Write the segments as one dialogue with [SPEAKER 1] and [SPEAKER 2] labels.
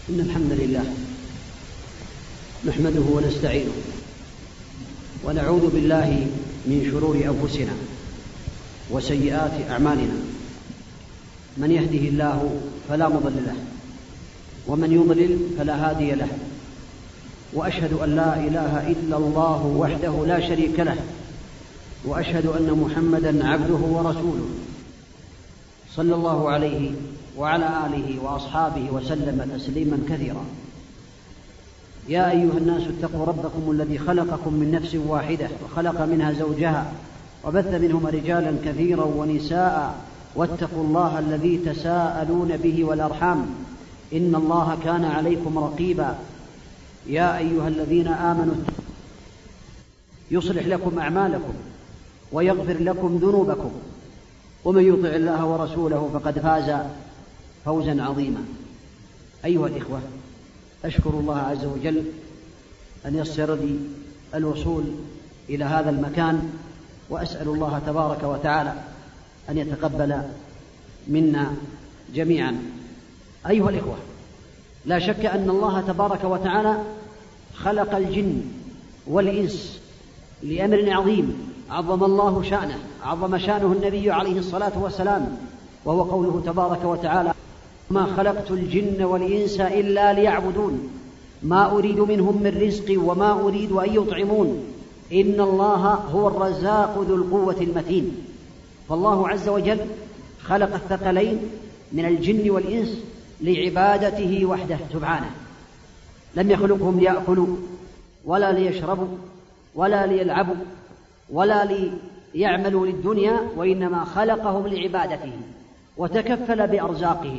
[SPEAKER 1] إن الحمد لله نحمده ونستعينه ونعوذ بالله من شرور أنفسنا وسيئات أعمالنا، من يهده الله فلا مضل له ومن يضلل فلا هادي له، وأشهد أن لا إله إلا الله وحده لا شريك له، وأشهد أن محمدًا عبده ورسوله صلى الله عليه وعلى آله وأصحابه وسلم تسليما كثيرا. يا أيها الناس اتقوا ربكم الذي خلقكم من نفس واحدة وخلق منها زوجها وبث منهما رجالا كثيرا ونساء، واتقوا الله الذي تساءلون به والأرحام إن الله كان عليكم رقيبا. يا أيها الذين آمنوا يصلح لكم أعمالكم ويغفر لكم ذنوبكم، ومن يطع الله ورسوله فقد فاز فوزا عظيما. أيها الإخوة، أشكر الله عز وجل أن يسر لي الوصول إلى هذا المكان، وأسأل الله تبارك وتعالى أن يتقبل منا جميعا. أيها الإخوة، لا شك أن الله تبارك وتعالى خلق الجن والإنس لأمر عظيم عظم الله شأنه، عظم شأنه النبي عليه الصلاة والسلام، وهو قوله تبارك وتعالى: ما خلقت الجن والإنس إلا ليعبدون ما أريد منهم من رزق وما أريد أن يطعمون إن الله هو الرزاق ذو القوة المتين. فالله عز وجل خلق الثقلين من الجن والإنس لعبادته وحده سبحانه، لم يخلقهم ليأكلوا ولا ليشربوا ولا ليلعبوا ولا ليعملوا للدنيا، وإنما خلقهم لعبادته، وتكفل بأرزاقهم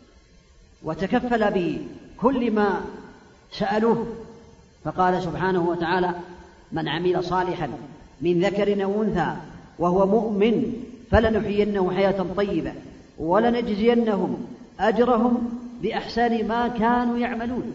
[SPEAKER 1] وتكفل بكل ما سألوه. فقال سبحانه وتعالى: من عمل صالحا من ذكر أو أنثى وهو مؤمن فلنحيينه حياة طيبة ولنجزينهم أجرهم بأحسن ما كانوا يعملون.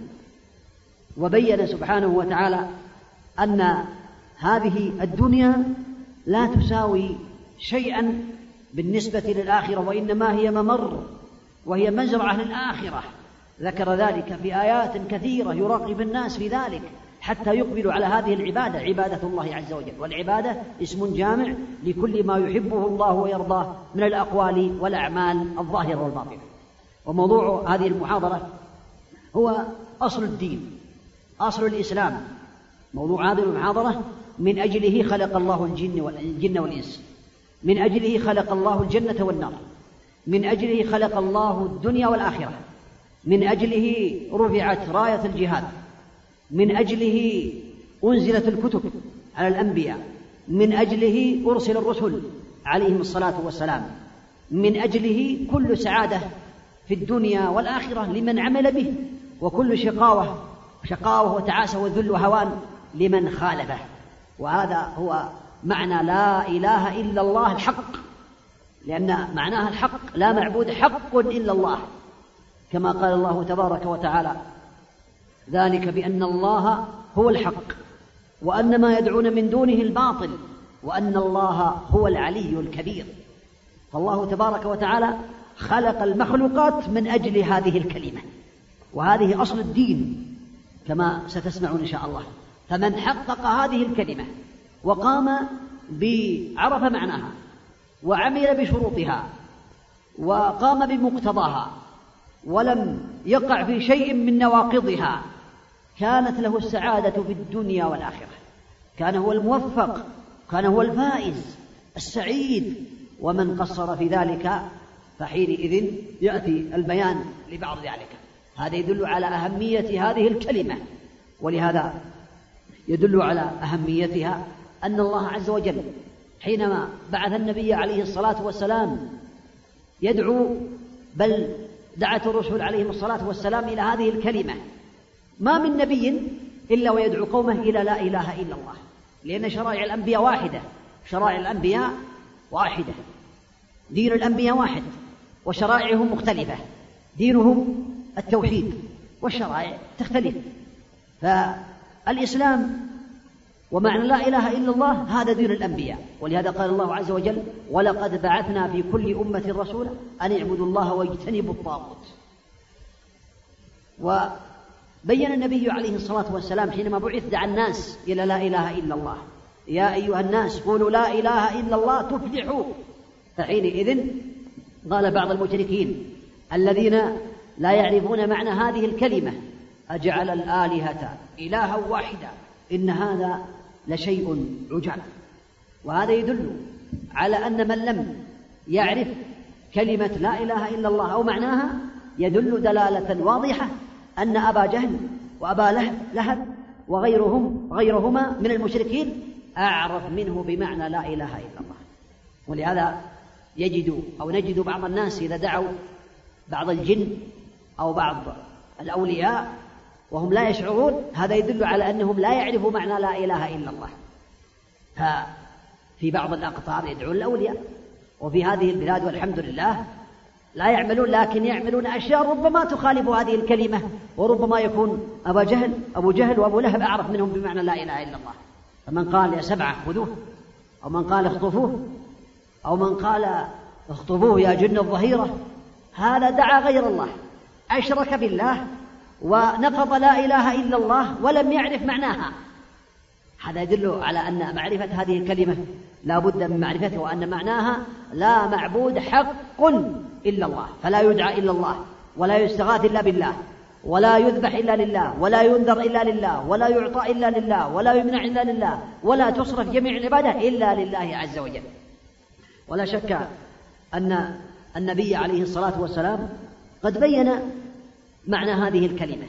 [SPEAKER 1] وبين سبحانه وتعالى أن هذه الدنيا لا تساوي شيئا بالنسبة للآخرة، وإنما هي ممر وهي مزرعة للآخرة. ذكر ذلك في آيات كثيرة يراقب الناس في ذلك حتى يقبلوا على هذه العبادة، عبادة الله عز وجل. والعبادة اسم جامع لكل ما يحبه الله ويرضاه من الأقوال والأعمال الظاهرة والباطنة. وموضوع هذه المحاضرة هو أصل الدين، أصل الإسلام. موضوع هذه المحاضرة: من أجله خلق الله الجن والإنس، من أجله خلق الله الجنة والنار، من أجله خلق الله الدنيا والآخرة، من أجله رفعت راية الجهاد، من أجله أنزلت الكتب على الأنبياء، من أجله أرسل الرسل عليهم الصلاة والسلام، من أجله كل سعادة في الدنيا والآخرة لمن عمل به، وكل شقاوة وتعاسة وذل وهوان لمن خالفه. وهذا هو معنى لا إله إلا الله الحق، لأن معناها الحق، لا معبود حق إلا الله، كما قال الله تبارك وتعالى: ذلك بأن الله هو الحق وأن ما يدعون من دونه الباطل وأن الله هو العلي الكبير. فالله تبارك وتعالى خلق المخلوقات من أجل هذه الكلمة، وهذه أصل الدين كما ستسمعون إن شاء الله. فمن حقق هذه الكلمة وقام بعرف معناها وعمل بشروطها وقام بمقتضاها ولم يقع في شيء من نواقضها، كانت له السعادة في الدنيا والآخرة، كان هو الموفق، كان هو الفائز السعيد. ومن قصر في ذلك فحينئذ يأتي البيان لبعض ذلك. هذا يدل على أهمية هذه الكلمة، ولهذا يدل على أهميتها أن الله عز وجل حينما بعث النبي عليه الصلاة والسلام يدعو، بل دعت الرسل عليهم الصلاة والسلام إلى هذه الكلمة. ما من نبي إلا ويدعو قومه إلى لا إله إلا الله، لأن شرائع الأنبياء واحدة، شرائع الأنبياء واحدة، دين الأنبياء واحد وشرائعهم مختلفة، دينهم التوحيد والشرائع تختلف. فالإسلام ومعنى لا إله إلا الله هذا دين الأنبياء، ولهذا قال الله عز وجل: ولقد بعثنا في كل أمة رسولا أن اعبدوا الله واجتنبوا الطاغوت. وبين النبي عليه الصلاة والسلام حينما بعث دعا الناس إلى لا إله إلا الله: يا أيها الناس قولوا لا إله إلا الله تفلحوا. فحينئذ قال بعض المشركين الذين لا يعرفون معنى هذه الكلمة: أجعل الآلهة إلها واحدا إن هذا لشيء عجاب. وهذا يدل على أن من لم يعرف كلمة لا إله إلا الله أو معناها يدل دلالة واضحة أن أبا جهل وأبا لهب وغيرهما من المشركين أعرف منه بمعنى لا إله إلا الله. ولهذا نجد بعض الناس إذا دعوا بعض الجن أو بعض الأولياء وهم لا يشعرون، هذا يدل على أنهم لا يعرفوا معنى لا إله إلا الله. ففي بعض الأقطار يدعون الأولياء، وفي هذه البلاد والحمد لله لا يعملون، لكن يعملون أشياء ربما تخالف هذه الكلمة، وربما يكون أبو جهل وأبو لهب أعرف منهم بمعنى لا إله إلا الله. فمن قال يا سبعة خذوه، أو من قال اخطفوه، أو من قال اخطفوه يا جن الظهيرة، هذا دعا غير الله، أشرك بالله ونقض لا إله إلا الله ولم يعرف معناها. هذا يدل على أن معرفة هذه الكلمة لا بد من معرفته، وأن معناها لا معبود حق إلا الله، فلا يدعى إلا الله، ولا يستغاث إلا بالله، ولا يذبح إلا لله، ولا ينذر إلا لله، ولا يعطى إلا لله، ولا يمنع إلا لله، ولا تصرف جميع العبادة إلا لله عز وجل. ولا شك أن النبي عليه الصلاة والسلام قد بين معنى هذه الكلمة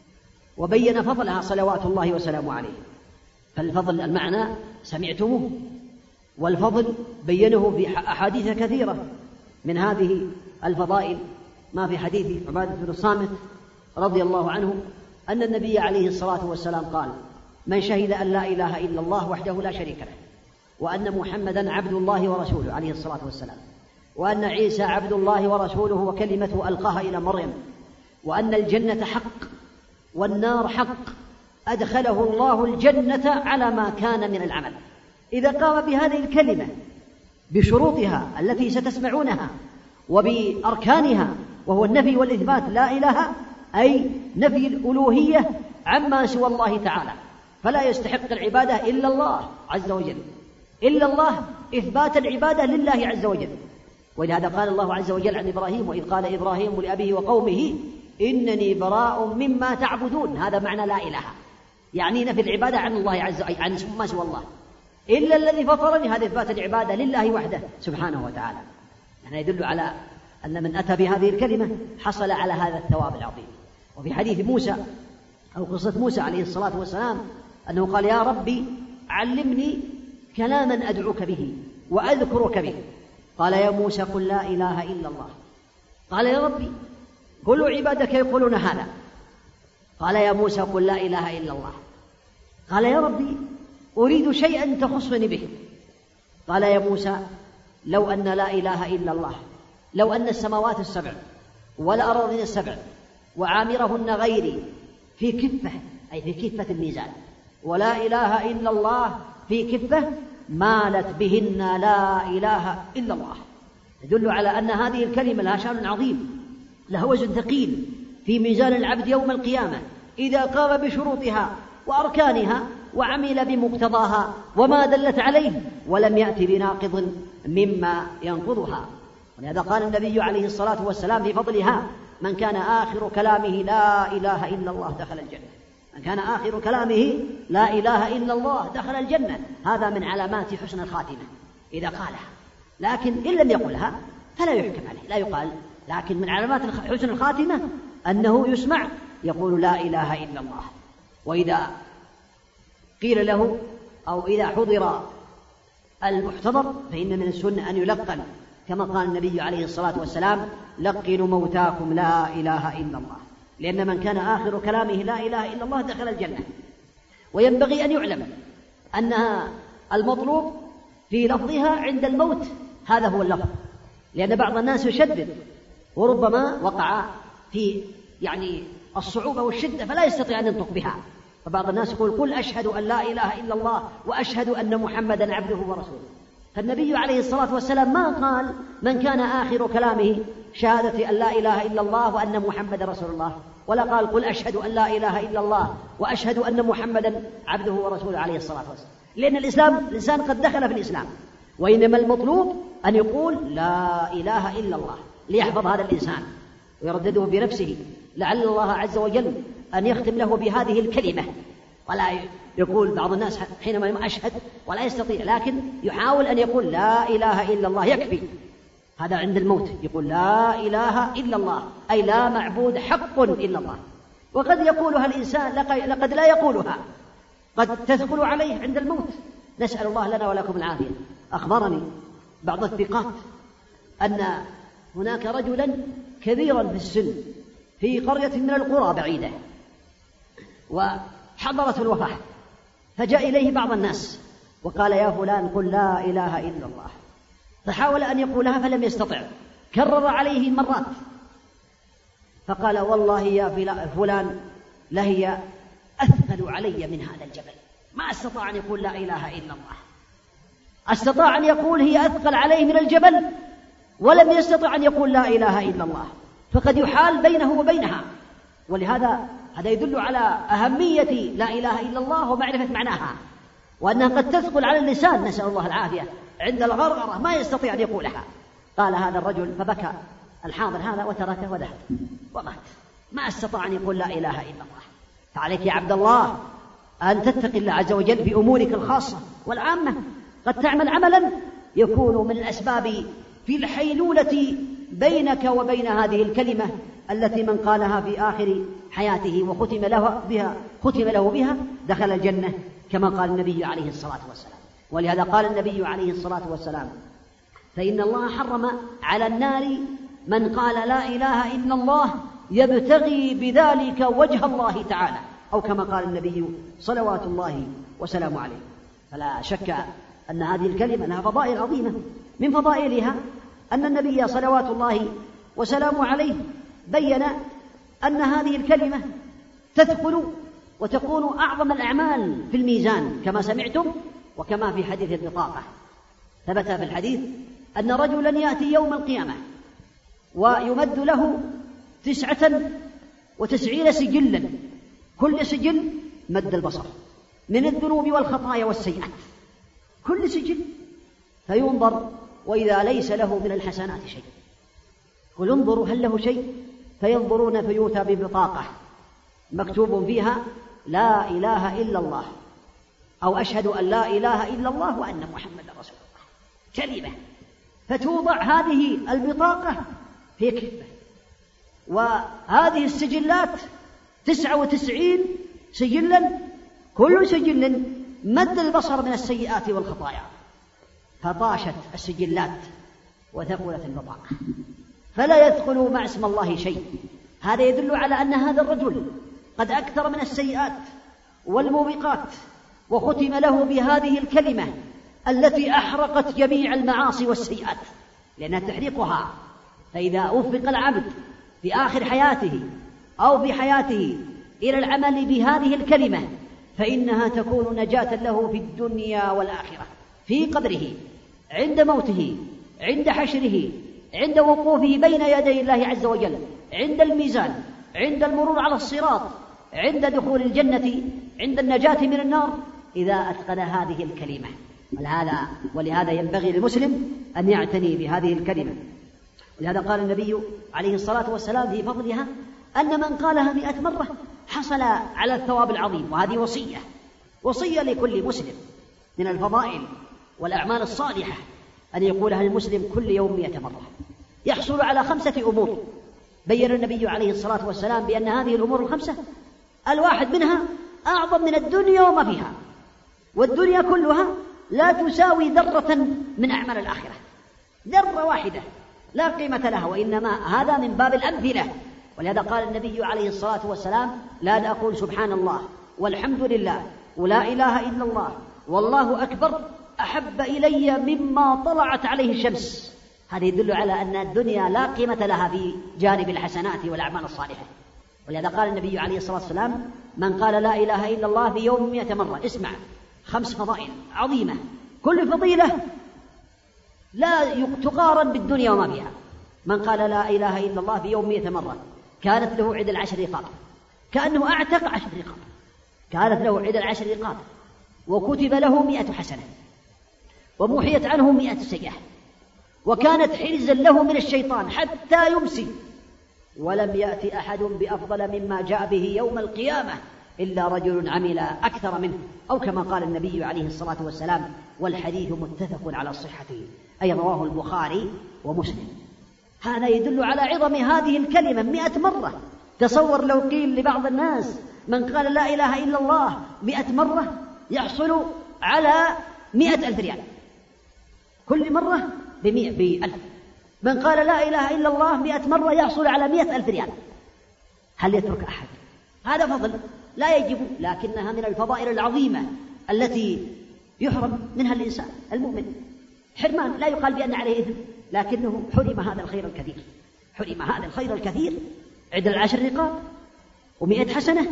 [SPEAKER 1] وبين فضلها صلوات الله وسلامه عليه. فالفضل المعنى سمعتموه، والفضل بينه في أحاديث كثيرة. من هذه الفضائل ما في حديث عبادة بن الصامت رضي الله عنه أن النبي عليه الصلاة والسلام قال: من شهد أن لا إله إلا الله وحده لا شريك له، وأن محمدا عبد الله ورسوله عليه الصلاة والسلام، وأن عيسى عبد الله ورسوله وكلمته ألقاها إلى مريم، وأن الجنة حق والنار حق، أدخله الله الجنة على ما كان من العمل. إذا قام بهذه الكلمة بشروطها التي ستسمعونها وبأركانها، وهو النفي والإثبات، لا إله أي نفي الألوهية عما سوى الله تعالى، فلا يستحق العبادة إلا الله عز وجل، إلا الله، إثبات العبادة لله عز وجل. ولهذا قال الله عز وجل عن إبراهيم: وإذ قال إبراهيم لأبيه وقومه إنني براء مما تعبدون. هذا معنى لا إله، يعني نفي العبادة عن الله عز وجل، عن ما سوى الله، إلا الذي فطرني. هذا إثبات العبادة لله وحده سبحانه وتعالى. هذا يدل على أن من أتى بهذه الكلمة حصل على هذا الثواب العظيم. وفي حديث موسى أو قصة موسى عليه الصلاة والسلام أنه قال: يا ربي علمني كلاما أدعوك به وأذكرك به. قال: يا موسى قل لا إله إلا الله. قال: يا ربي كل عبادك يقولون هذا. قال: يا موسى قل لا إله إلا الله. قال: يا ربي أريد شيئا تخصني به. قال: يا موسى لو أن لا إله إلا الله، لو أن السماوات السبع والأراضين السبع وعامرهن غيري في كفة، أي في كفة الميزان، ولا إله إلا الله في كفة، مالت بهن لا إله إلا الله. يدل على أن هذه الكلمة لها شأن عظيم، لها وزن ثقيل في ميزان العبد يوم القيامة إذا قام بشروطها وأركانها وعمل بمقتضاها وما دلت عليه، ولم يأتي بناقض مما ينقضها. ولهذا قال النبي عليه الصلاة والسلام في فضلها: من كان آخر كلامه لا إله إلا الله دخل الجنة. من كان آخر كلامه لا إله إلا الله دخل الجنة. هذا من علامات حسن الخاتمة إذا قالها، لكن إن لم يقلها فلا يحكم عليه، لا يقال. لكن من علامات حسن الخاتمة أنه يسمع يقول لا إله إلا الله. وإذا قيل له أو إذا حضر المحتضر فإن من السنة أن يلقن، كما قال النبي عليه الصلاة والسلام: لقنوا موتاكم لا إله إلا الله، لأن من كان آخر كلامه لا إله إلا الله دخل الجنة. وينبغي أن يعلم أنها المطلوب في لفظها عند الموت، هذا هو اللفظ، لأن بعض الناس يشدد وربما وقع في الصعوبة والشدة فلا يستطيع أن ينطق بها. فبعض الناس يقول: قل أشهد أن لا إله إلا الله وأشهد أن محمدا عبده ورسوله. فالنبي عليه الصلاة والسلام ما قال من كان آخر كلامه شهادة أن لا إله إلا الله وأن محمد رسول الله، ولا قال قل أشهد أن لا إله إلا الله وأشهد أن محمدا عبده ورسوله عليه الصلاة والسلام، لأن الإنسان قد دخل في الإسلام، وإنما المطلوب أن يقول لا إله إلا الله ليحفظ هذا الإنسان ويردده بنفسه، لعل الله عز وجل أن يختم له بهذه الكلمة، ولا يقول بعض الناس حينما أشهد ولا يستطيع، لكن يحاول أن يقول لا إله إلا الله يكفي. هذا عند الموت يقول لا إله إلا الله، أي لا معبود حق إلا الله. وقد يقولها الإنسان لقد لا يقولها، قد تثقل عليه عند الموت، نسأل الله لنا ولكم العافية. أخبرني بعض الثقات أن هناك رجلا كبيرا في السن في قرية من القرى بعيدة، وحضرت الوفاة، فجاء إليه بعض الناس وقال يا فلان قل لا إله إلا الله، فحاول أن يقولها فلم يستطع، كرر عليه مرات، فقال والله يا فلان لهي أثقل علي من هذا الجبل، ما استطاع أن يقول لا إله إلا الله، استطاع أن يقول هي أثقل عليه من الجبل، ولم يستطع أن يقول لا إله إلا الله، فقد يحال بينه وبينها. ولهذا هذا يدل على أهمية لا إله إلا الله ومعرفة معناها، وأنها قد تثقل على اللسان، نسأل الله العافية، عند الغرغرة ما يستطيع أن يقولها. قال هذا الرجل فبكى الحاضر هذا وتركه وذهب ومات، ما استطاع أن يقول لا إله إلا الله. فعليك يا عبد الله أن تتقي الله عز وجل في أمورك الخاصة والعامة، قد تعمل عملا يكون من الأسباب في الحيلولة بينك وبين هذه الكلمة التي من قالها في آخر حياته وختم له بها دخل الجنة، كما قال النبي عليه الصلاة والسلام. ولهذا قال النبي عليه الصلاة والسلام فإن الله حرم على النار من قال لا إله إلا الله يبتغي بذلك وجه الله تعالى، أو كما قال النبي صلوات الله وسلامه عليه. فلا شك أن هذه الكلمة لها فضائل عظيمة، من فضائلها أن النبي صلوات الله وسلامه عليه بين أن هذه الكلمة تثقل وتكون أعظم الأعمال في الميزان كما سمعتم، وكما في حديث البطاقة ثبت في الحديث أن رجلا يأتي يوم القيامة ويمد له 99 سجلا، كل سجل مد البصر من الذنوب والخطايا والسيئات، كل سجل، فينظر وإذا ليس له من الحسنات شيء، قل انظروا هل له شيء، فينظرون فيؤتى ببطاقة مكتوب فيها لا إله إلا الله، أو أشهد أن لا إله إلا الله وأن محمد رسول الله، كلمة، فتوضع هذه البطاقة في كفة، وهذه السجلات 99 سجلا، كل سجل مد البصر من السيئات والخطايا، فطاشت السجلات وثقلت البطاقة، فلا يدخل مع اسم الله شيء. هذا يدل على أن هذا الرجل قد أكثر من السيئات والموبقات، وختم له بهذه الكلمة التي أحرقت جميع المعاصي والسيئات، لأنها تحرقها. فإذا وفق العبد في آخر حياته أو في حياته إلى العمل بهذه الكلمة فإنها تكون نجاة له في الدنيا والآخرة، في قبره، عند موته، عند حشره، عند وقوفه بين يدي الله عز وجل، عند الميزان، عند المرور على الصراط، عند دخول الجنة، عند النجاة من النار، إذا أتقن هذه الكلمة. ولهذا ينبغي للمسلم أن يعتني بهذه الكلمة. ولهذا قال النبي عليه الصلاة والسلام في فضلها أن من قالها 100 مرة حصل على الثواب العظيم. وهذه وصية لكل مسلم من الفضائل والأعمال الصالحة أن يقولها المسلم كل يوم 100 مرة، يحصل على 5 أمور بين النبي عليه الصلاة والسلام بأن هذه الأمور ال5 الواحد منها أعظم من الدنيا وما فيها، والدنيا كلها لا تساوي ذرة من أعمال الآخرة، ذرة واحدة لا قيمة لها، وإنما هذا من باب الأمثلة. ولهذا قال النبي عليه الصلاة والسلام لا أقول سبحان الله والحمد لله ولا إله إلا الله والله أكبر أحب إلي مما طلعت عليه الشمس. هذا يدل على أن الدنيا لا قيمة لها في جانب الحسنات والأعمال الصالحة. ولهذا قال النبي عليه الصلاة والسلام من قال لا إله إلا الله في يوم 100 مرة، اسمع 5 فضائل عظيمة، كل فضيلة لا تقارن بالدنيا وما فيها. من قال لا إله إلا الله في يوم 100 مرة كانت له عدل 10 رقاب، كأنه أعتق 10 رقاب، كانت له عدل 10 رقاب، وكتب له 100 حسنة، ومحيت عنه 100 سيئة، وكانت حرزا له من الشيطان حتى يمسي، ولم يأت أحد بأفضل مما جاء به يوم القيامة إلا رجل عمل أكثر منه، أو كما قال النبي عليه الصلاة والسلام، والحديث متفق على صحته، أي رواه البخاري ومسلم. هذا يدل على عظم هذه الكلمة 100 مرة. تصور لو قيل لبعض الناس من قال لا إله إلا الله 100 مرة يحصل على 100,000 ريال، كل مرة ب100,000. من قال لا إله إلا الله 100 مرة يحصل على 100,000 ريال. هل يترك أحد؟ هذا فضل لا يجب، لكنها من الفضائل العظيمة التي يحرم منها الإنسان المؤمن. حرمان لا يقال بأن عليه إثم، لكنه حرم هذا الخير الكثير، حرم هذا الخير الكثير، عدل 10 رقاب و100 حسنة،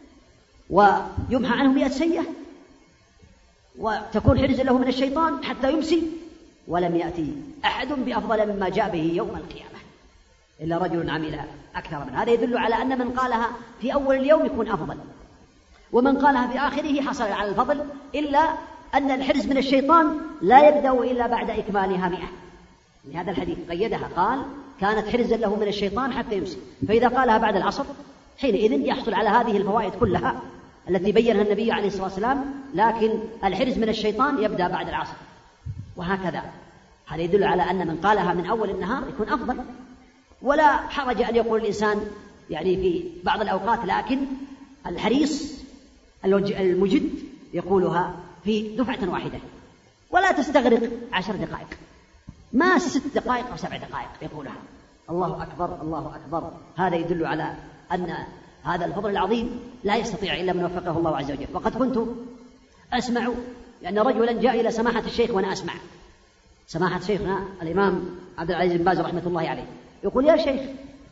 [SPEAKER 1] ويمحى عنه 100 سيئة، وتكون حرزا له من الشيطان حتى يمسي، ولم يأتي أحد بأفضل مما جاء به يوم القيامة إلا رجل عمل أكثر من هذا. يدل على أن من قالها في أول اليوم يكون أفضل، ومن قالها في آخره حصل على الفضل، إلا أن الحرز من الشيطان لا يبدأ إلا بعد إكمالها 100. لهذا الحديث قيدها، قال كانت حرزا له من الشيطان حتى يمسي، فإذا قالها بعد العصر حينئذ يحصل على هذه الفوائد كلها التي بينها النبي عليه الصلاة والسلام، لكن الحرز من الشيطان يبدأ بعد العصر، وهكذا. هذا يدل على أن من قالها من أول النهار يكون أفضل، ولا حرج أن يقول الإنسان يعني في بعض الأوقات، لكن الحريص المجد يقولها في دفعة واحدة، ولا تستغرق 10 دقائق، ما 6 دقائق أو 7 دقائق يقولها. الله أكبر الله أكبر. هذا يدل على أن هذا الفضل العظيم لا يستطيع إلا من وفقه الله عز وجل. وقد كنت أسمع لأن رجلا جاء إلى سماحة الشيخ، وأنا أسمع سماحة شيخنا الإمام عبد العزيز بن باز رحمة الله عليه، يقول: يا شيخ،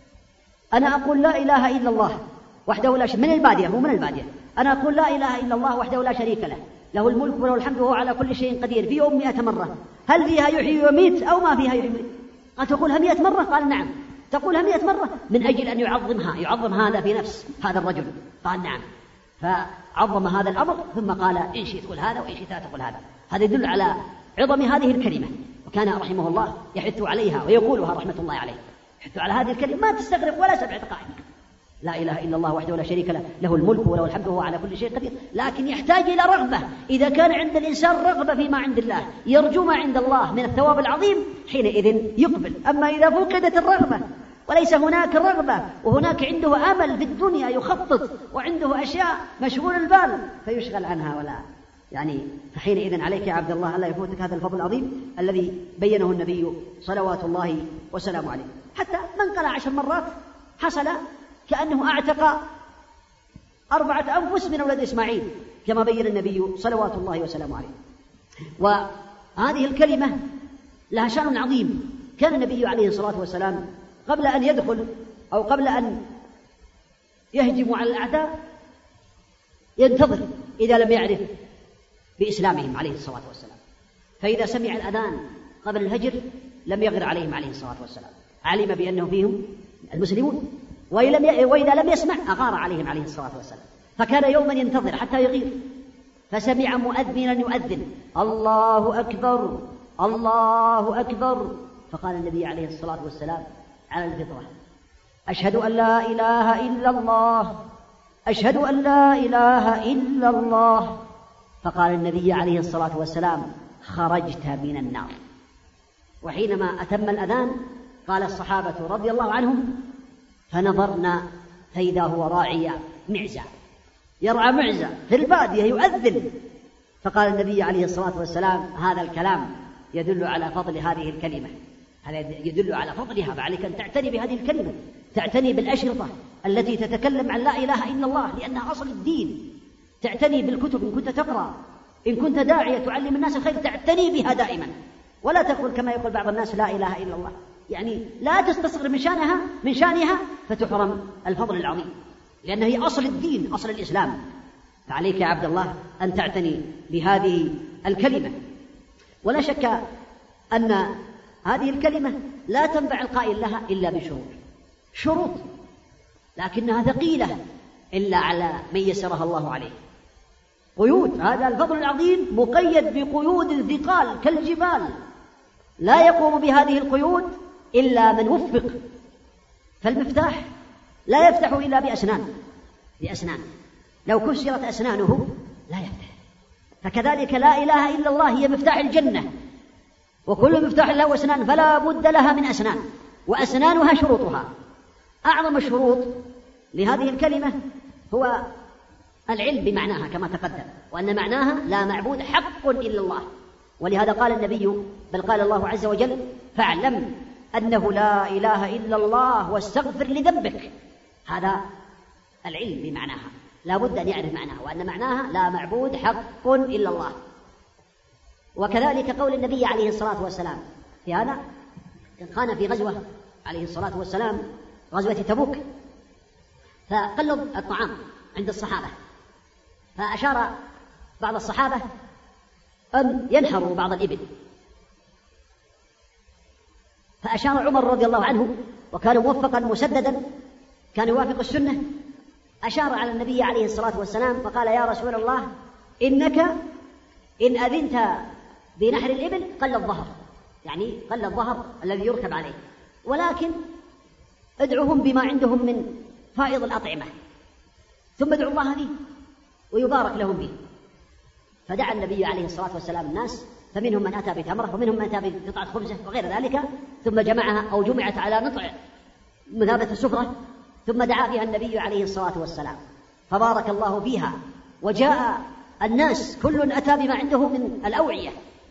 [SPEAKER 1] أنا أقول لا إله إلا الله وحده لا شريك، من البادية، هو من البادية، أنا أقول لا إله إلا الله وحده لا شريك له، له الملك وله الحمد وهو على كل شيء قدير، في يوم 100 مرة، هل فيها يحيي ويميت أو ما فيها يحيي ويميت؟ قال: تقولها 100 مرة؟ قال: نعم. تقولها 100 مرة من أجل أن يعظمها، يعظم هذا في نفس هذا الرجل. قال: نعم. فعظم هذا الأمر، ثم قال: إن شئت تقول هذا وإن شئت تقول هذا. هذا يدل على عظم هذه الكلمة، وكان رحمه الله يحث عليها ويقولها رحمة الله عليه، يحث على هذه الكلمة، ما تستغرق ولا 7 دقائق. لا إله إلا الله وحده لا شريك له، له الملك وله الحمد وهو على كل شيء قدير. لكن يحتاج إلى رغبة. إذا كان عند الإنسان رغبة فيما عند الله، يرجو ما عند الله من الثواب العظيم، حينئذ يقبل. أما إذا فقدت الرغبة وليس هناك رغبة، وهناك عنده أمل في الدنيا يخطط، وعنده أشياء مشغول البال فيشغل عنها ولا فحينئذ عليك يا عبد الله ألا يفوتك هذا الفضل العظيم الذي بينه النبي صلوات الله وسلامه عليه. حتى من قال 10 مرات حصل كأنه أعتق 4 أنفس من أولاد إسماعيل، كما بين النبي صلوات الله وسلامه عليه. وهذه الكلمة لها شأن عظيم. كان النبي عليه الصلاة والسلام قبل أن يدخل أو قبل أن يهجم على الأعداء ينتظر إذا لم يعرف بإسلامهم عليه الصلاة والسلام، فإذا سمع الأذان قبل الهجر لم يغر عليهم عليه الصلاة والسلام، علم بأنه فيهم المسلمون، وإذا لم يسمع أغار عليهم عليه الصلاة والسلام. فكان يوما ينتظر حتى يغير، فسمع مؤذنا يؤذن: الله أكبر الله أكبر. فقال النبي عليه الصلاة والسلام على الفطرة: أشهد أن لا إله إلا الله، أشهد أن لا إله إلا الله. فقال النبي عليه الصلاة والسلام: خرجت من النار. وحينما أتم الأذان قال الصحابة رضي الله عنهم: فنظرنا فإذا هو راعي معزة، يرعى معزة في البادية يؤذن. فقال النبي عليه الصلاة والسلام: هذا الكلام يدل على فضل هذه الكلمة، هذا يدل على فضلها، فعليك أن تعتني بهذه الكلمة، تعتني بالأشرطة التي تتكلم عن لا إله إلا الله لأنها أصل الدين، تعتني بالكتب إن كنت تقرأ، إن كنت داعية تعلم الناس الخير تعتني بها دائما، ولا تقول كما يقول بعض الناس لا إله إلا الله، لا تستصغر من شأنها فتحرم الفضل العظيم، لأنها هي أصل الدين، أصل الإسلام. فعليك يا عبد الله أن تعتني بهذه الكلمة. ولا شك أن هذه الكلمة لا تنفع القائل لها إلا بشروط. لكنها ثقيلة إلا على من يسرها الله عليه. قيود، هذا الفضل العظيم مقيد بقيود ثقال كالجبال، لا يقوم بهذه القيود إلا من وفق. فالمفتاح لا يفتح إلا بأسنان، لو كسرت أسنانه لا يفتح. فكذلك لا إله إلا الله هي مفتاح الجنة، وكل مفتاح له أسنان، فلا بد لها من أسنان، وأسنانها شروطها. أعظم الشروط لهذه الكلمة هو العلم بمعناها كما تقدم، وأن معناها لا معبود حق إلا الله. ولهذا قال النبي، بل قال الله عز وجل: فاعلم أنه لا إله إلا الله واستغفر لذنبك. هذا العلم بمعناها، لا بد أن يعرف معناها، وأن معناها لا معبود حق إلا الله. وكذلك قول النبي عليه الصلاة والسلام في هذا، كان في غزوة عليه الصلاة والسلام، غزوة تبوك، فقلب الطعام عند الصحابة، فأشار بعض الصحابة أن ينحروا بعض الإبل، فأشار عمر رضي الله عنه، وكان موفقا مسددا، كان يوافق السنة، أشار على النبي عليه الصلاة والسلام فقال: يا رسول الله، إنك إن أذنت بنحر الإبل قل الظهر، يعني قل الظهر الذي يركب عليه، ولكن ادعوهم بما عندهم من فائض الأطعمة، ثم ادعوا الله به ويبارك لهم به. فدعا النبي عليه الصلاة والسلام الناس، فمنهم من أتى بتمرة، ومنهم من أتى بقطعة خبزة وغير ذلك، ثم جمعها أو جمعت على نطع مثابة السفرة، ثم دعا فيها النبي عليه الصلاة والسلام، فبارك الله فيها، وجاء الناس كل أتى بما عنده من الأوعية،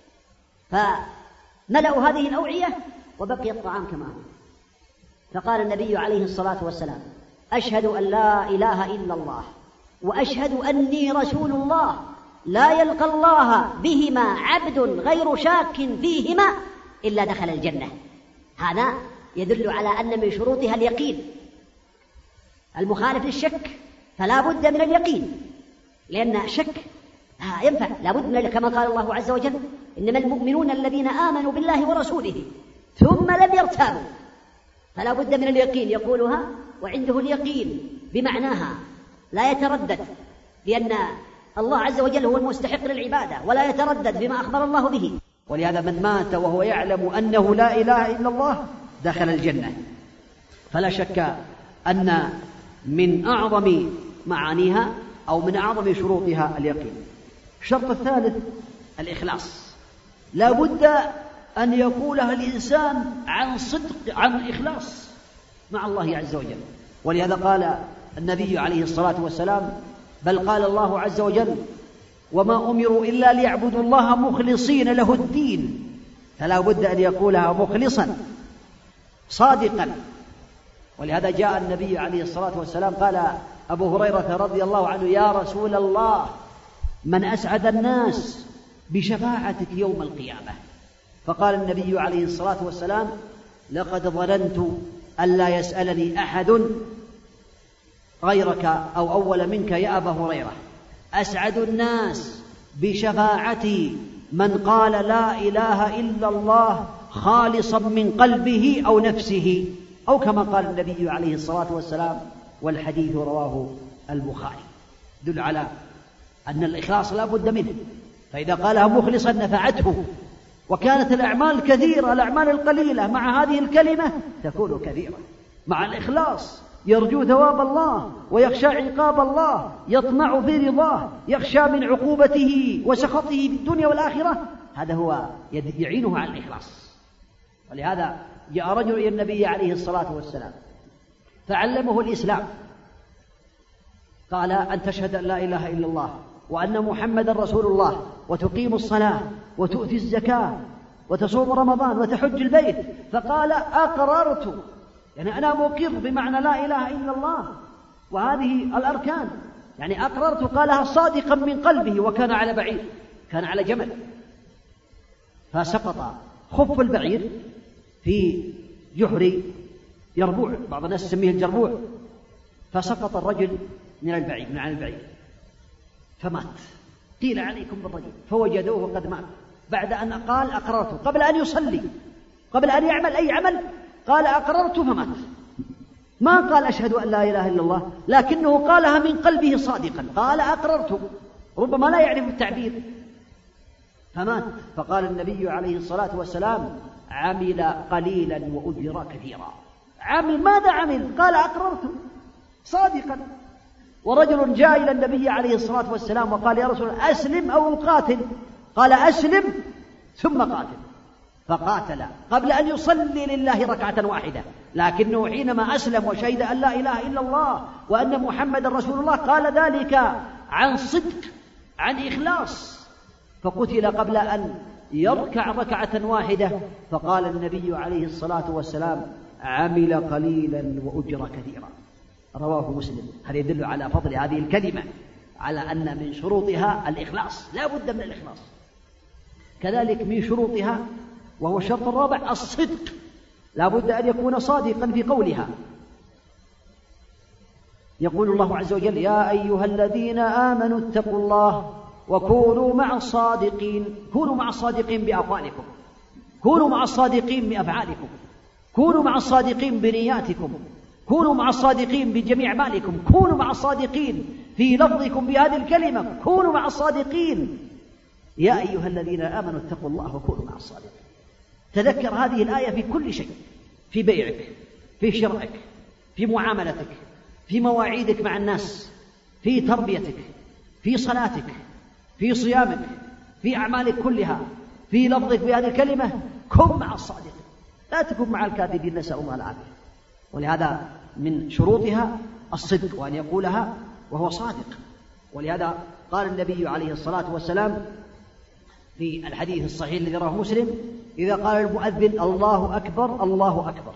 [SPEAKER 1] فملأوا هذه الأوعية وبقي الطعام كما هو. فقال النبي عليه الصلاة والسلام: أشهد أن لا إله إلا الله وأشهد أني رسول الله، لا يلقى الله بهما عبد غير شاك فيهما إلا دخل الجنة. هذا يدل على أن من شروطها اليقين، المخالف للشك فلا بد من اليقين، لأن الشك ينفع، لا بد من، كما قال الله عز وجل: إنما المؤمنون الذين آمنوا بالله ورسوله ثم لم يرتابوا. فلا بد من اليقين، يقولها وعنده اليقين بمعناها، لا يتردد، لأن الله عز وجل هو المستحق للعبادة، ولا يتردد بما أخبر الله به. ولهذا من مات وهو يعلم أنه لا إله إلا الله دخل الجنة. فلا شك أن من أعظم معانيها أو من أعظم شروطها اليقين. الشرط الثالث الإخلاص، لا بد أن يقولها الإنسان عن صدق، عن إخلاص مع الله عز وجل. ولهذا قال النبي عليه الصلاة والسلام، بل قال الله عز وجل: وما أمروا إلا ليعبدوا الله مخلصين له الدين. فلا بد أن يقولها مخلصا صادقا. ولهذا جاء النبي عليه الصلاة والسلام قال أبو هريرة رضي الله عنه: يا رسول الله، من أسعد الناس بشفاعتك يوم القيامة؟ فقال النبي عليه الصلاة والسلام: لقد ظننت ألا يسألني أحد غيرك أو أول منك يا أبا هريرة. أسعد الناس بشفاعتي من قال لا إله إلا الله خالصا من قلبه أو نفسه، أو كما قال النبي عليه الصلاة والسلام، والحديث رواه البخاري. دل على أن الإخلاص لا بد منه، فإذا قالها مخلصا نفعته. وكانت الأعمال كثيرة، الأعمال القليلة مع هذه الكلمة تكون كثيرة. مع الإخلاص يرجو ثواب الله ويخشى عقاب الله، يطمع في رضاه، يخشى من عقوبته وسخطه في الدنيا والآخرة. هذا هو يعينه على الإخلاص. ولهذا جاء رجل إلى النبي عليه الصلاة والسلام فعلمه الإسلام، قال: أن تشهد أن لا إله إلا الله وأن محمد رسول الله، وتقيم الصلاة وتؤتي الزكاة وتصوم رمضان وتحج البيت. فقال: أقررت، يعني أنا مقر بمعنى لا إله إلا الله وهذه الأركان، يعني أقررت، قالها صادقا من قلبه. وكان على بعير، كان على جمل، فسقط خف البعير في جحر يربوع، بعض الناس يسميه الجربوع، فسقط الرجل من البعير، من على البعير، فمات. قيل: عليكم بالرجل، فوجدوه قد مات بعد أن قال أقررت، قبل أن يصلي، قبل أن يعمل أي عمل، قال أقررت فمات. ما قال أشهد أن لا إله إلا الله، لكنه قالها من قلبه صادقا، قال أقررت، ربما لا يعرف التعبير، فمات. فقال النبي عليه الصلاة والسلام: عمل قليلا وأجر كثيرا. عمل، ماذا عمل؟ قال أقررت صادقا. ورجل جاء إلى النبي عليه الصلاة والسلام وقال: يا رسول الله أسلم أو أقاتل؟ قال: أسلم ثم قاتل. فقاتل قبل أن يصلي لله ركعة واحدة، لكنه حينما أسلم وشهد أن لا إله إلا الله وأن محمد رسول الله قال ذلك عن صدق، عن إخلاص، فقتل قبل أن يركع ركعة واحدة. فقال النبي عليه الصلاة والسلام: عمل قليلا وأجر كثيرا. رواه مسلم. هذا يدل على فضل هذه الكلمة، على أن من شروطها الإخلاص، لا بد من الإخلاص. كذلك من شروطها، وهو الشرط الرابع، الصدق، لا بد أن يكون صادقا في قولها. يقول الله عز وجل: يا أيها الذين آمنوا اتقوا الله وكونوا مع الصادقين. كونوا مع الصادقين بأقوالكم، كونوا مع الصادقين بأفعالكم، كونوا مع الصادقين بنياتكم، كونوا مع الصادقين بجميع أعمالكم، كونوا مع الصادقين في لفظكم بهذه الكلمة، كونوا مع الصادقين. يا أيها الذين آمنوا اتقوا الله وكونوا مع الصادقين. تذكر هذه الآية في كل شيء، في بيعك، في شرائك، في معاملتك، في مواعيدك مع الناس، في تربيتك، في صلاتك، في صيامك، في أعمالك كلها، في لفظك بهذه الكلمة. كن مع الصادقين، لا تكن مع الكاذبين، نسأل الله العافية. ولهذا من شروطها الصدق، وأن يقولها وهو صادق. ولهذا قال النبي عليه الصلاة والسلام في الحديث الصحيح الذي رواه مسلم: إذا قال المؤذن الله أكبر الله أكبر،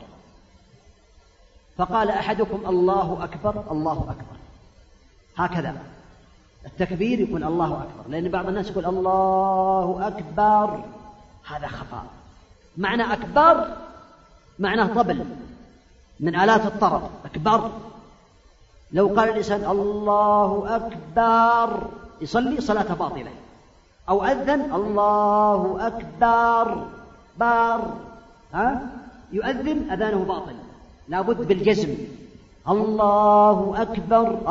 [SPEAKER 1] فقال أحدكم الله أكبر الله أكبر، هكذا التكبير يقول الله أكبر، لأن بعض الناس يقول الله أكبر، هذا خطأ. معنى أكبر معناه طبل من آلات الطرب، أكبر. لو قال الإنسان الله أكبر يصلي صلاة باطلة، أو أذن الله أكبر بار، يؤذن أذانه باطل، لابد بالجزم، الله أكبر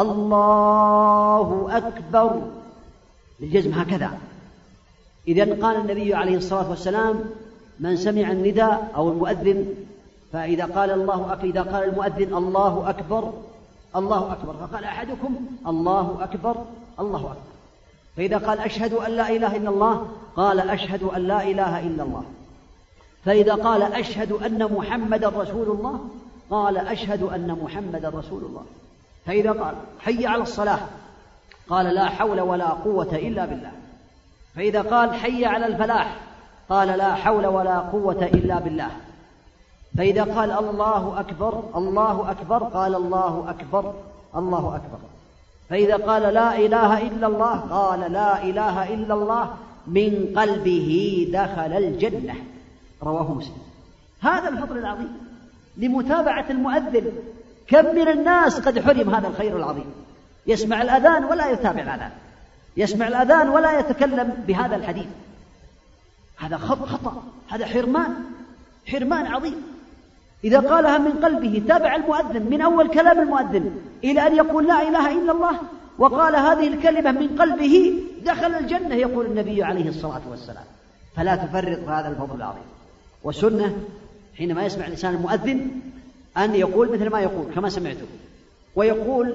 [SPEAKER 1] الله أكبر بالجزم هكذا. إذن قال النبي عليه الصلاة والسلام: من سمع النداء أو المؤذن، فإذا قال إذا قال المؤذن الله أكبر الله أكبر، فقال أحدكم الله أكبر الله أكبر، فإذا قال أشهد أن لا إله إلا الله قال أشهد أن لا إله إلا الله، فإذا قال أشهد أن محمدا رسول الله قال أشهد أن محمدا رسول الله، فإذا قال حي على الصلاة قال لا حول ولا قوة إلا بالله، فإذا قال حي على الفلاح قال لا حول ولا قوة إلا بالله، فإذا قال الله أكبر الله أكبر قال الله أكبر الله أكبر، فإذا قال لا إله إلا الله قال لا إله إلا الله، من قلبه دخل الجنة. رواه مسلم. هذا الفضل العظيم لمتابعة المؤذن. كم من الناس قد حرم هذا الخير العظيم، يسمع الأذان ولا يتابع الأذان، يسمع الأذان ولا يتكلم بهذا الحديث. هذا خطأ، هذا حرمان عظيم. إذا قالها من قلبه تابع المؤذن من أول كلام المؤذن إلى أن يقول لا إله إلا الله، وقال هذه الكلمة من قلبه دخل الجنة، يقول النبي عليه الصلاة والسلام. فلا تفرط هذا الفضل العظيم. والسنة حينما يسمع الإنسان المؤذن أن يقول مثل ما يقول كما سمعته، ويقول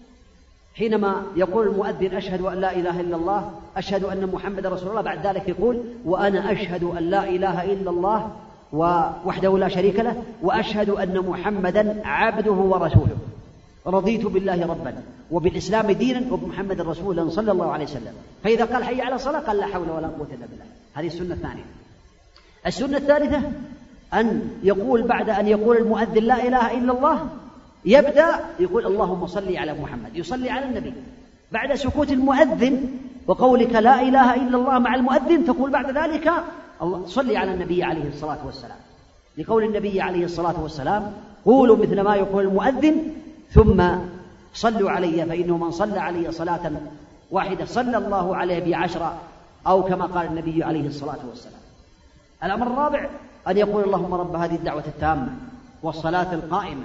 [SPEAKER 1] حينما يقول المؤذن أشهد أن لا إله إلا الله أشهد أن محمد رسول الله، بعد ذلك يقول وأنا أشهد أن لا إله إلا الله وحده لا شريك له وأشهد أن محمدا عبده ورسوله، رضيت بالله ربا وبالإسلام دينا وبمحمد رسولا صلى الله عليه وسلم. فإذا قال حي على الصلاة قال لا حول ولا قوة إلا بالله. هذه السنة الثانية. السنة الثالثة أن يقول بعد أن يقول المؤذن لا إله إلا الله يبدأ يقول اللهم صل على محمد، يصلي على النبي. بعد سكوت المؤذن وقولك لا إله إلا الله مع المؤذن تقول بعد ذلك صلي على النبي عليه الصلاة والسلام، لقول النبي عليه الصلاة والسلام قولوا مثل ما يقول المؤذن ثم صلوا علي فإنه من صلى علي صلاة واحدة صلى الله عليه ب10، أو كما قال النبي عليه الصلاة والسلام. الأمر الرابع أن يقول اللهم رب هذه الدعوة التامة والصلاة القائمة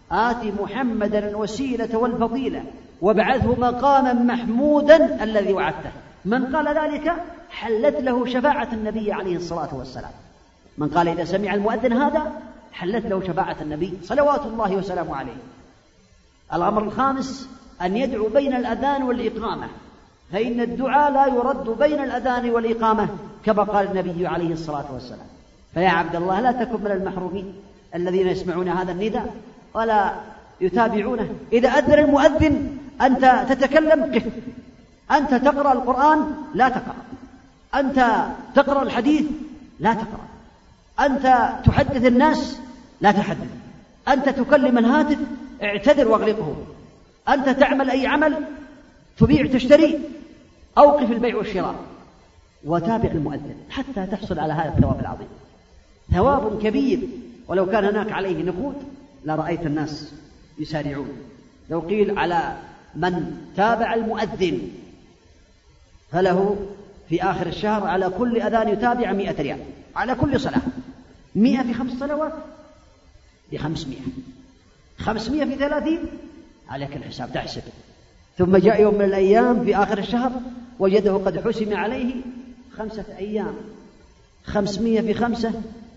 [SPEAKER 1] آت محمدا الوسيلة والفضيلة وابعثه مقاما محمودا الذي وعدته. من قال ذلك حلت له شفاعة النبي عليه الصلاة والسلام. من قال إذا سمع المؤذن هذا حلت له شفاعة النبي صلوات الله وسلامه عليه. الأمر الخامس أن يدعو بين الأذان والإقامة، فإن الدعاء لا يرد بين الأذان والإقامة كما قال النبي عليه الصلاة والسلام. فيا عبد الله لا تكن من المحرومين الذين يسمعون هذا النداء ولا يتابعونه. إذا أذن المؤذن أنت تتكلم قف، أنت تقرأ القرآن لا تقرأ، أنت تقرأ الحديث لا تقرأ، أنت تحدث الناس لا تحدث، أنت تكلم الهاتف اعتذر واغلقه، أنت تعمل أي عمل تبيع تشتري أوقف البيع والشراء وتابع المؤذن حتى تحصل على هذا الثواب العظيم. ثواب كبير، ولو كان هناك عليه نقود لرأيت الناس يسارعون. لو قيل على من تابع المؤذن فله في آخر الشهر على كل أذان يتابع 100 ريال على كل صلاة، 100 في 5 صلوات ب500، 500 في 30 عليك الحساب تحسب. ثم جاء يوم من الأيام في آخر الشهر وجده قد حسم عليه 5 أيام، 500 في 5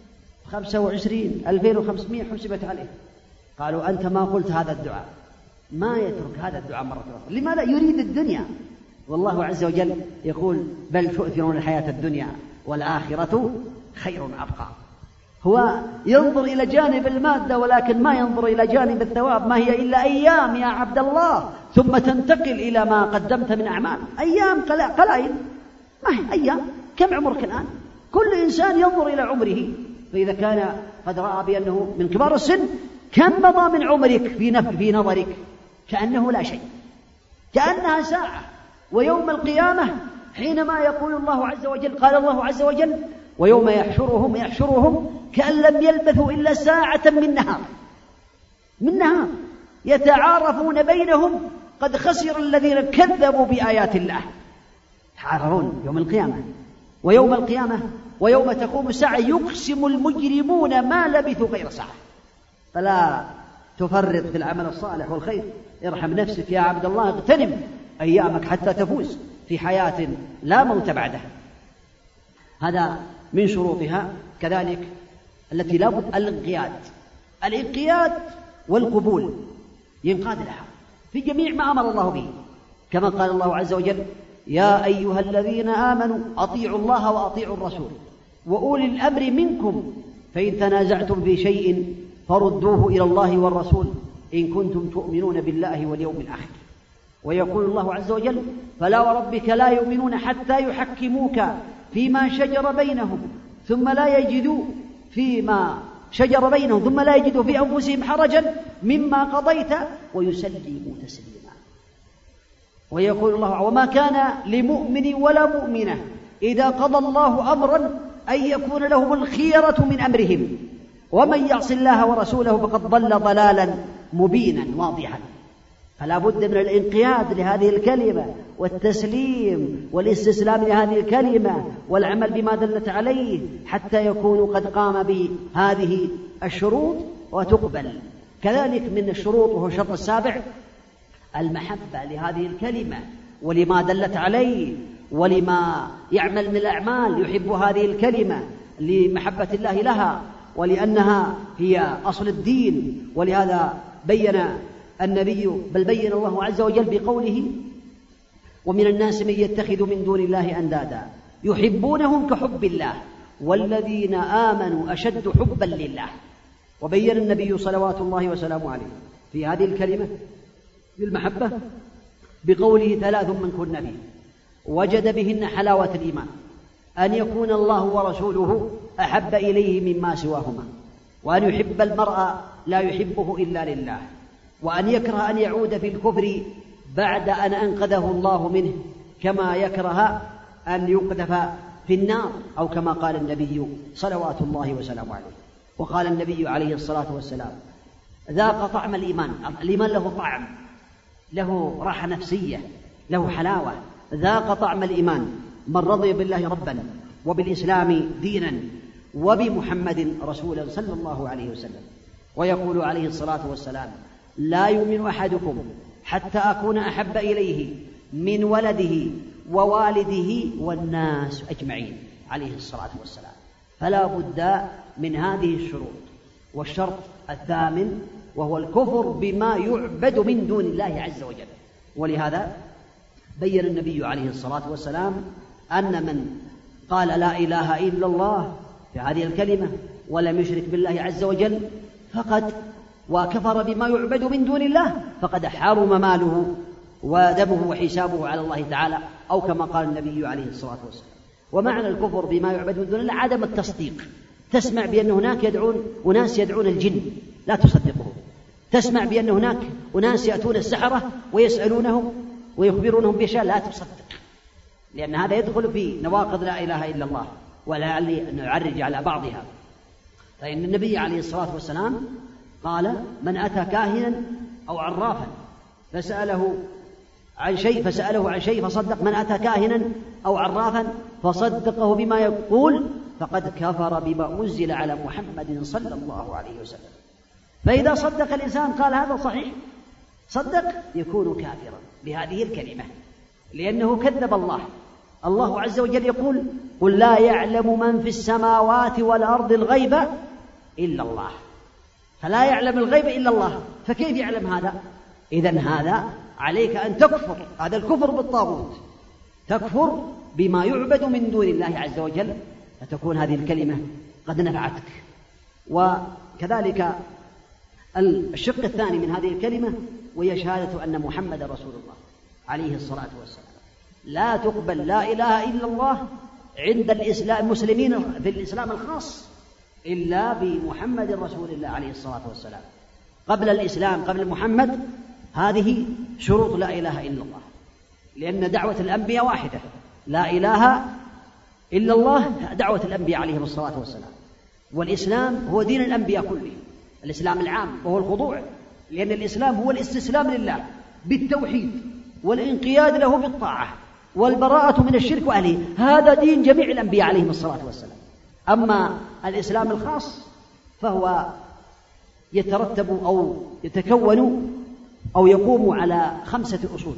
[SPEAKER 1] 25 2500 حسبت عليه. قالوا أنت ما قلت هذا الدعاء، ما يترك هذا الدعاء مرة أخرى. لماذا؟ يريد الدنيا، والله عز وجل يقول بل تؤثرون الحياة الدنيا والآخرة خير أبقى. هو ينظر إلى جانب المادة ولكن ما ينظر إلى جانب الثواب. ما هي إلا أيام يا عبد الله، ثم تنتقل إلى ما قدمت من أعمال. أيام قلائل، ما هي أيام. كم عمرك الآن؟ كل إنسان ينظر إلى عمره، فإذا كان قد رأى بأنه من كبار السن كم مضى من عمرك في نظرك؟ كأنه لا شيء، كأنها ساعة. ويوم القيامة حينما يقول الله عز وجل، قال الله عز وجل ويوم يحشرهم كأن لم يلبثوا إلا ساعة من نهار يتعارفون بينهم قد خسر الذين كذبوا بآيات الله. يتعارفون يوم القيامة. ويوم القيامة ويوم تقوم الساعة يقسم المجرمون ما لبثوا غير ساعة. فلا تفرط في العمل الصالح والخير، ارحم نفسك يا عبد الله، اغتنم أيامك حتى تفوز في حياة لا موت بعدها. هذا من شروطها. كذلك التي لا بد الانقياد والقبول، ينقاد لها في جميع ما أمر الله به، كما قال الله عز وجل يا أيها الذين آمنوا أطيعوا الله وأطيعوا الرسول وأولي الأمر منكم فإن تنازعتم في شيء فردوه إلى الله والرسول إن كنتم تؤمنون بالله واليوم الآخر. ويقول الله عز وجل فلا وربك لا يؤمنون حتى يحكموك فيما شجر بينهم ثم لا يجدوا في أنفسهم حرجا مما قضيت ويسلموا تسليما. ويقول الله وما كان لمؤمن ولا مؤمنة إذا قضى الله أمرا أن يكون لهم الخيرة من أمرهم ومن يعص الله ورسوله فقد ضل ضلالا مبينا واضحا. فلا بد من الانقياد لهذه الكلمة والتسليم والاستسلام لهذه الكلمة والعمل بما دلت عليه حتى يكونوا قد قام بهذه الشروط وتقبل. كذلك من الشروط وهو الشرط السابع المحبة لهذه الكلمة ولما دلت عليه ولما يعمل من الأعمال، يحب هذه الكلمة لمحبة الله لها ولأنها هي أصل الدين. ولهذا بين النبي بين الله عز وجل بقوله ومن الناس من يتخذ من دون الله أندادا يحبونهم كحب الله والذين آمنوا أشد حبا لله. وبين النبي صلوات الله وسلامه عليه في هذه الكلمة بالمحبة بقوله 3 من كن فيه وجد بهن حلاوة الإيمان أن يكون الله ورسوله أحب إليه مما سواهما وأن يحب المرء لا يحبه إلا لله وأن يكره أن يعود في الكفر بعد أن أنقذه الله منه كما يكره أن يقذف في النار أو كما قال النبي صلوات الله وسلامه عليه. وقال النبي عليه الصلاة والسلام ذاق طعم الإيمان. الإيمان له طعم، له راحة نفسية، له حلاوة. ذاق طعم الإيمان من رضي بالله ربا وبالإسلام دينا وبمحمد رسولا صلى الله عليه وسلم. ويقول عليه الصلاة والسلام: لا يؤمن أحدكم حتى أكون أحب إليه من ولده ووالده والناس أجمعين، عليه الصلاة والسلام. فلا بد من هذه الشروط. والشرط الثامن وهو الكفر بما يعبد من دون الله عز وجل. ولهذا بين النبي عليه الصلاة والسلام أن من قال لا إله إلا الله في هذه الكلمة ولم يشرك بالله عز وجل فقد وكفر بما يعبد من دون الله فقد حرم ماله ودمه وحسابه على الله تعالى، أو كما قال النبي عليه الصلاة والسلام. ومعنى الكفر بما يعبد من دون الله عدم التصديق. تسمع بأن هناك أناس يدعون الجن، لا تصدقه. تسمع بأن هناك أناس يأتون السحرة ويسألونهم ويخبرونهم بأشياء، لا تصدق، لأن هذا يدخل في نواقض لا إله إلا الله، ولعلي نعرج على بعضها. فإن النبي عليه الصلاة والسلام قال: من أتى كاهنا أو عرافا فسأله عن شيء فصدق، من أتى كاهنا أو عرافا فصدقه بما يقول فقد كفر بما أنزل على محمد صلى الله عليه وسلم. فإذا صدق الإنسان قال هذا صحيح، صدق، يكون كافرا بهذه الكلمة، لأنه كذب الله. الله عز وجل يقول: قل لا يعلم من في السماوات والأرض الغيب إلا الله. فلا يعلم الغيب إلا الله، فكيف يعلم هذا؟ إذن هذا عليك أن تكفر، هذا الكفر بالطاغوت، تكفر بما يعبد من دون الله عز وجل، فتكون هذه الكلمة قد نفعتك. وكذلك الشق الثاني من هذه الكلمة وهي شهادة أن محمد رسول الله عليه الصلاة والسلام. لا تقبل لا إله إلا الله عند المسلمين في الإسلام الخاص إلا بمحمد رسول الله عليه الصلاة والسلام. قبل الإسلام، قبل محمد، هذه شروط لا إله إلا الله، لأن دعوة الأنبياء واحدة، لا إله إلا الله دعوة الأنبياء عليهم الصلاة والسلام. والإسلام هو دين الأنبياء كله، الإسلام العام، وهو الخضوع، لأن الإسلام هو الاستسلام لله بالتوحيد والانقياد له بالطاعة والبراءة من الشرك وأهله. هذا دين جميع الأنبياء عليهم الصلاة والسلام. أما الإسلام الخاص فهو يترتب أو يتكون أو يقوم على 5 أصول،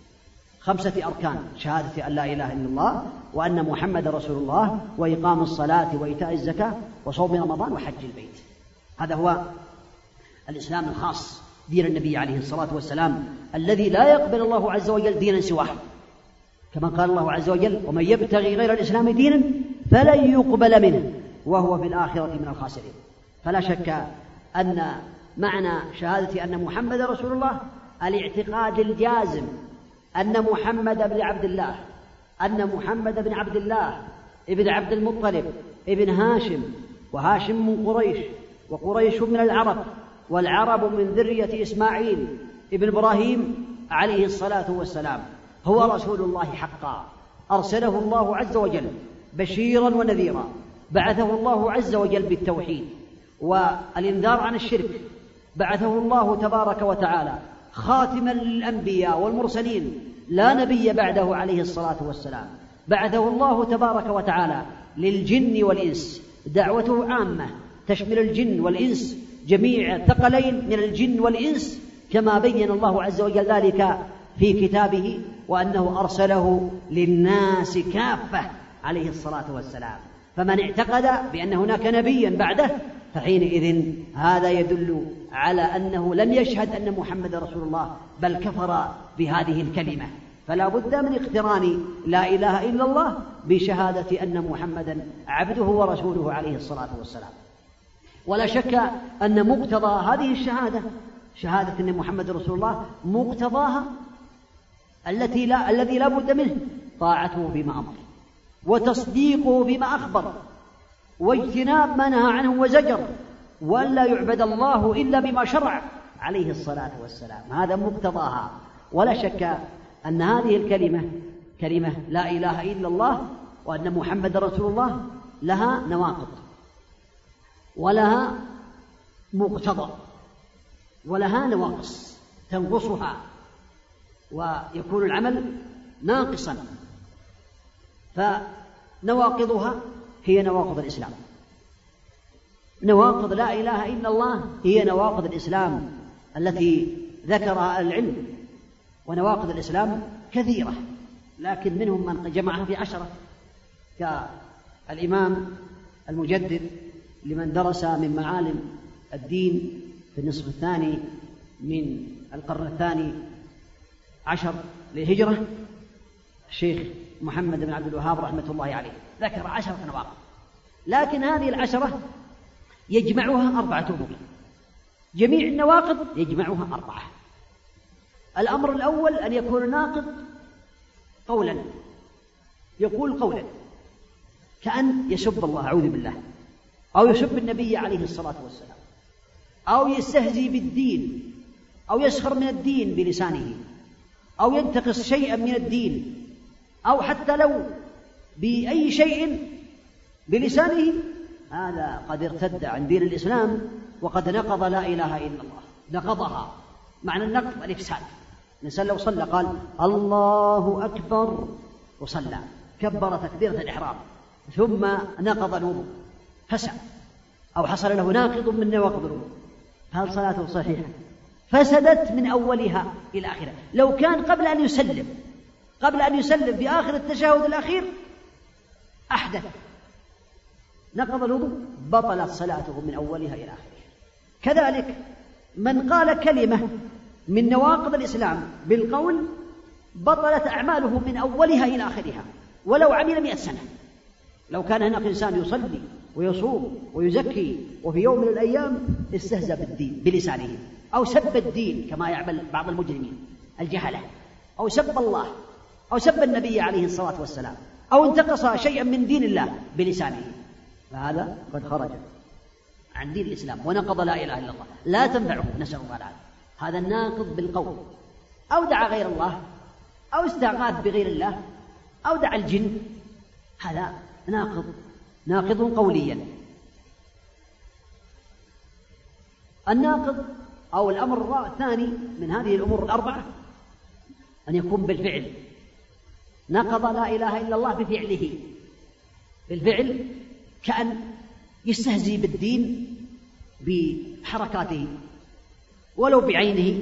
[SPEAKER 1] 5 أركان: شهادة أن لا إله إلا الله وأن محمد رسول الله وإقام الصلاة وإيتاء الزكاة وصوم رمضان وحج البيت. هذا هو الإسلام الخاص، دين النبي عليه الصلاة والسلام، الذي لا يقبل الله عز وجل دينا سواه، كما قال الله عز وجل: ومن يبتغي غير الإسلام دينا فلن يقبل منه وهو في الآخرة من الخاسرين. فلا شك أن معنى شهادة أن محمد رسول الله الاعتقاد الجازم أن محمد بن عبد الله، أن محمد بن عبد الله ابن عبد المطلب ابن هاشم، وهاشم من قريش، وقريش من العرب، والعرب من ذرية إسماعيل ابن إبراهيم عليه الصلاة والسلام، هو رسول الله حقا، أرسله الله عز وجل بشيرا ونذيرا، بعثه الله عز وجل بالتوحيد والإنذار عن الشرك، بعثه الله تبارك وتعالى خاتما للأنبياء والمرسلين، لا نبي بعده عليه الصلاة والسلام، بعثه الله تبارك وتعالى للجن والإنس، دعوته عامة تشمل الجن والإنس، جميع الثقلين من الجن والإنس، كما بين الله عز وجل ذلك في كتابه، وأنه أرسله للناس كافة عليه الصلاة والسلام. فمن اعتقد بأن هناك نبيا بعده فحينئذ هذا يدل على أنه لم يشهد أن محمد رسول الله، بل كفر بهذه الكلمة. فلا بد من اقتران لا إله إلا الله بشهادة أن محمدا عبده ورسوله عليه الصلاة والسلام. ولا شك أن مقتضى هذه الشهادة، شهادة أن محمد رسول الله، مقتضاها الذي لا بد منه طاعته بما أمر، وتصديقه بما أخبر، واجتناب ما نهى عنه وزجر، ولا يعبد الله إلا بما شرع عليه الصلاة والسلام. هذا مقتضاها. ولا شك أن هذه الكلمة، كلمة لا إله إلا الله وأن محمد رسول الله، لها نواقض ولها مقتضى ولها نواقص تنقصها، ويكون العمل ناقصا. فنواقضها هي نواقض الإسلام، نواقض لا إله إلا الله هي نواقض الإسلام التي ذكرها العلم، ونواقض الإسلام كثيرة، لكن منهم من جمعها في 10 كالإمام المجدد لمن درس من معالم الدين في النصف الثاني من القرن الثاني عشر للهجرة، الشيخ محمد بن عبد الوهاب رحمة الله عليه ذكر 10 نواقض، لكن هذه 10 يجمعها 4 أمور، جميع النواقض يجمعها 4. الأمر الأول أن يكون ناقض قولا، يقول قولا كأن يسب الله أعوذ بالله، أو يسب النبي عليه الصلاة والسلام، أو يستهزي بالدين، أو يسخر من الدين بلسانه، أو ينتقص شيئا من الدين، أو حتى لو بأي شيء بلسانه، هذا قد ارتد عن دين الإسلام وقد نقض لا إله إلا الله، نقضها. معنى النقض الإفساد. الإنسان لو صلى قال الله أكبر وصلى، كبر تكبيرة الإحرام ثم نقض الوضوء فسد، أو حصل له ناقض من نواقض الوضوء، هل صلاته صحيحة؟ فسدت من أولها إلى آخرها. لو كان قبل أن يسلم في آخر التشهد الأخير أحدث نقض الوضوء، بطلت صلاته من أولها إلى آخرها. كذلك من قال كلمة من نواقض الإسلام بالقول بطلت أعماله من أولها إلى آخرها، ولو عمل 100 سنة. لو كان هناك إنسان يصلي ويصوم ويزكي وفي يوم من الأيام استهزأ بالدين بلسانه، أو سب الدين كما يعمل بعض المجرمين الجهلة، أو سب الله، أو سب النبي عليه الصلاة والسلام، أو انتقص شيئا من دين الله بلسانه، فهذا قد خرج عن دين الإسلام ونقض لا إله إلا الله، لا تنفعه، نسأل الله العافية. هذا الناقض بالقول، أو دعا غير الله، أو استغاث بغير الله، أو دعا الجن، هذا ناقض قوليا. الناقض أو الأمر الثاني من هذه الأمور 4 أن يكون بالفعل، نقض لا إله إلا الله بفعله، بالفعل، كأن يستهزي بالدين بحركاته، ولو بعينه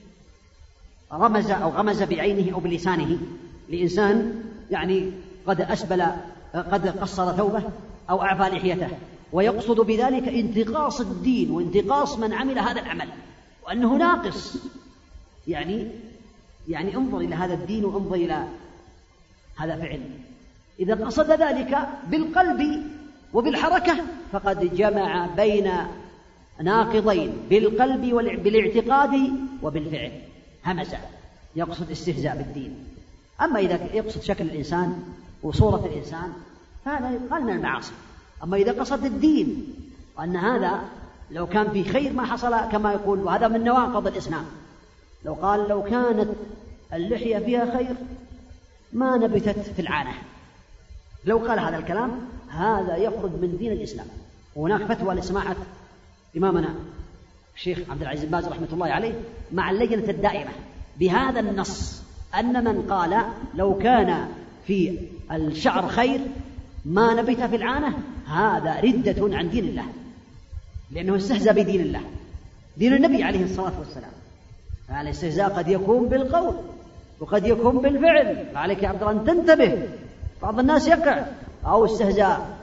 [SPEAKER 1] غمز بعينه أو بلسانه لإنسان يعني قد قصر ثوبه أو أعفى لحيته، ويقصد بذلك انتقاص الدين وانتقاص من عمل هذا العمل، وأنه ناقص، يعني انظر إلى هذا الدين وانظر إلى هذا فعل. إذا قصد ذلك بالقلب وبالحركة فقد جمع بين ناقضين، بالقلب بالاعتقاد وبالفعل، همزة، يقصد استهزاء بالدين. أما إذا يقصد شكل الإنسان وصورة الإنسان فهذا يقال من المعاصي. أما إذا قصد الدين وأن هذا لو كان في خير ما حصل كما يقول، وهذا من نواقض الإسلام، لو قال لو كانت اللحية فيها خير ما نبتت في العانة، لو قال هذا الكلام هذا يخرج من دين الإسلام. وهناك فتوى لسماحة إمامنا الشيخ عبد العزيز باز رحمة الله عليه مع اللجنة الدائمة بهذا النص، أن من قال لو كان في الشعر خير ما نبت في العانة هذا ردة عن دين الله، لأنه استهزأ بدين الله، دين النبي عليه الصلاة والسلام. فالاستهزاء قد يكون بالقول وقد يكون بالفعل، فعليك يا عبد الله أن تنتبه، بعض الناس يقع، أو استهزاء